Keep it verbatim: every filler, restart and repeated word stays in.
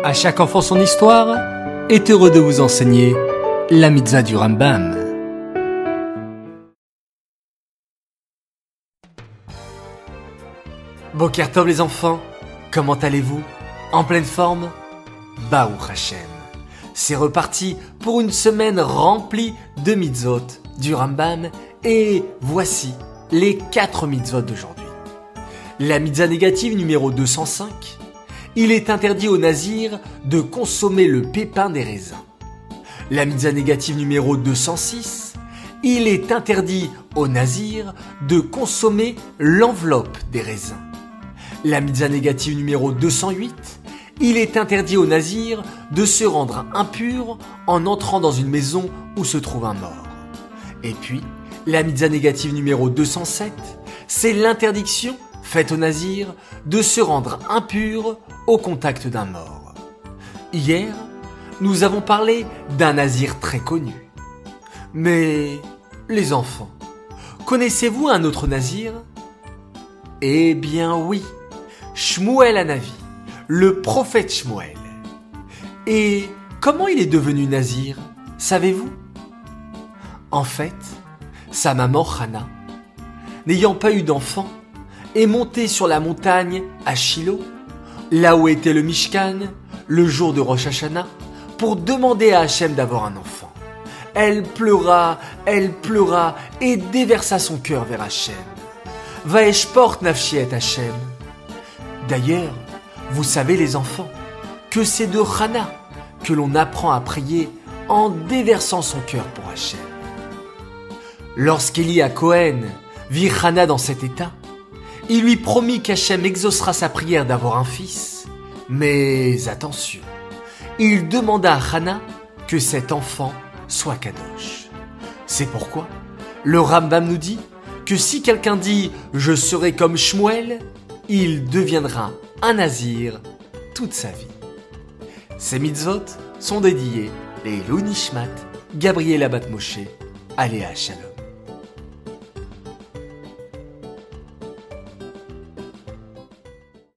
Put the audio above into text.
À chaque enfant son histoire est heureux de vous enseigner la mitzvah du Rambam. Boker Tov les enfants, comment allez-vous? En pleine forme? Baruch Hashem. C'est reparti pour une semaine remplie de mitzvot du Rambam et voici les quatre mitzvot d'aujourd'hui. La mitzvah négative numéro deux cent cinq. Il est interdit aux nazirs de consommer le pépin des raisins. La mitzvah négative numéro deux cent six. Il est interdit aux nazirs de consommer l'enveloppe des raisins. La mitzvah négative numéro deux cent huit. Il est interdit aux nazirs de se rendre impurs en entrant dans une maison où se trouve un mort. Et puis, la mitzvah négative numéro deux cent sept, c'est l'interdiction faite aux nazirs de se rendre impurs au contact d'un mort. Hier, nous avons parlé d'un nazir très connu. Mais, les enfants, connaissez-vous un autre nazir? Eh bien oui, Shmuel Hanavi, le prophète Shmuel. Et comment il est devenu nazir, savez-vous? En fait, sa maman Hana, n'ayant pas eu d'enfant, est montée sur la montagne à Shilo, là où était le Mishkan, le jour de Rosh Hashanah, pour demander à Hachem d'avoir un enfant. Elle pleura, elle pleura et déversa son cœur vers Hachem. Vaeshport nafshi et Hachem. D'ailleurs, vous savez les enfants, que c'est de Hana que l'on apprend à prier en déversant son cœur pour Hachem. Lorsqu'Élie à Cohen vit Hana dans cet état, il lui promit qu'Hachem exaucera sa prière d'avoir un fils. Mais attention, il demanda à Hana que cet enfant soit kadosh. C'est pourquoi le Rambam nous dit que si quelqu'un dit « je serai comme Shmuel », il deviendra un nazir toute sa vie. Ces mitzvot sont dédiés les Ilou Nishmat, Gabriela Bat Moshe, Aléa Shalom.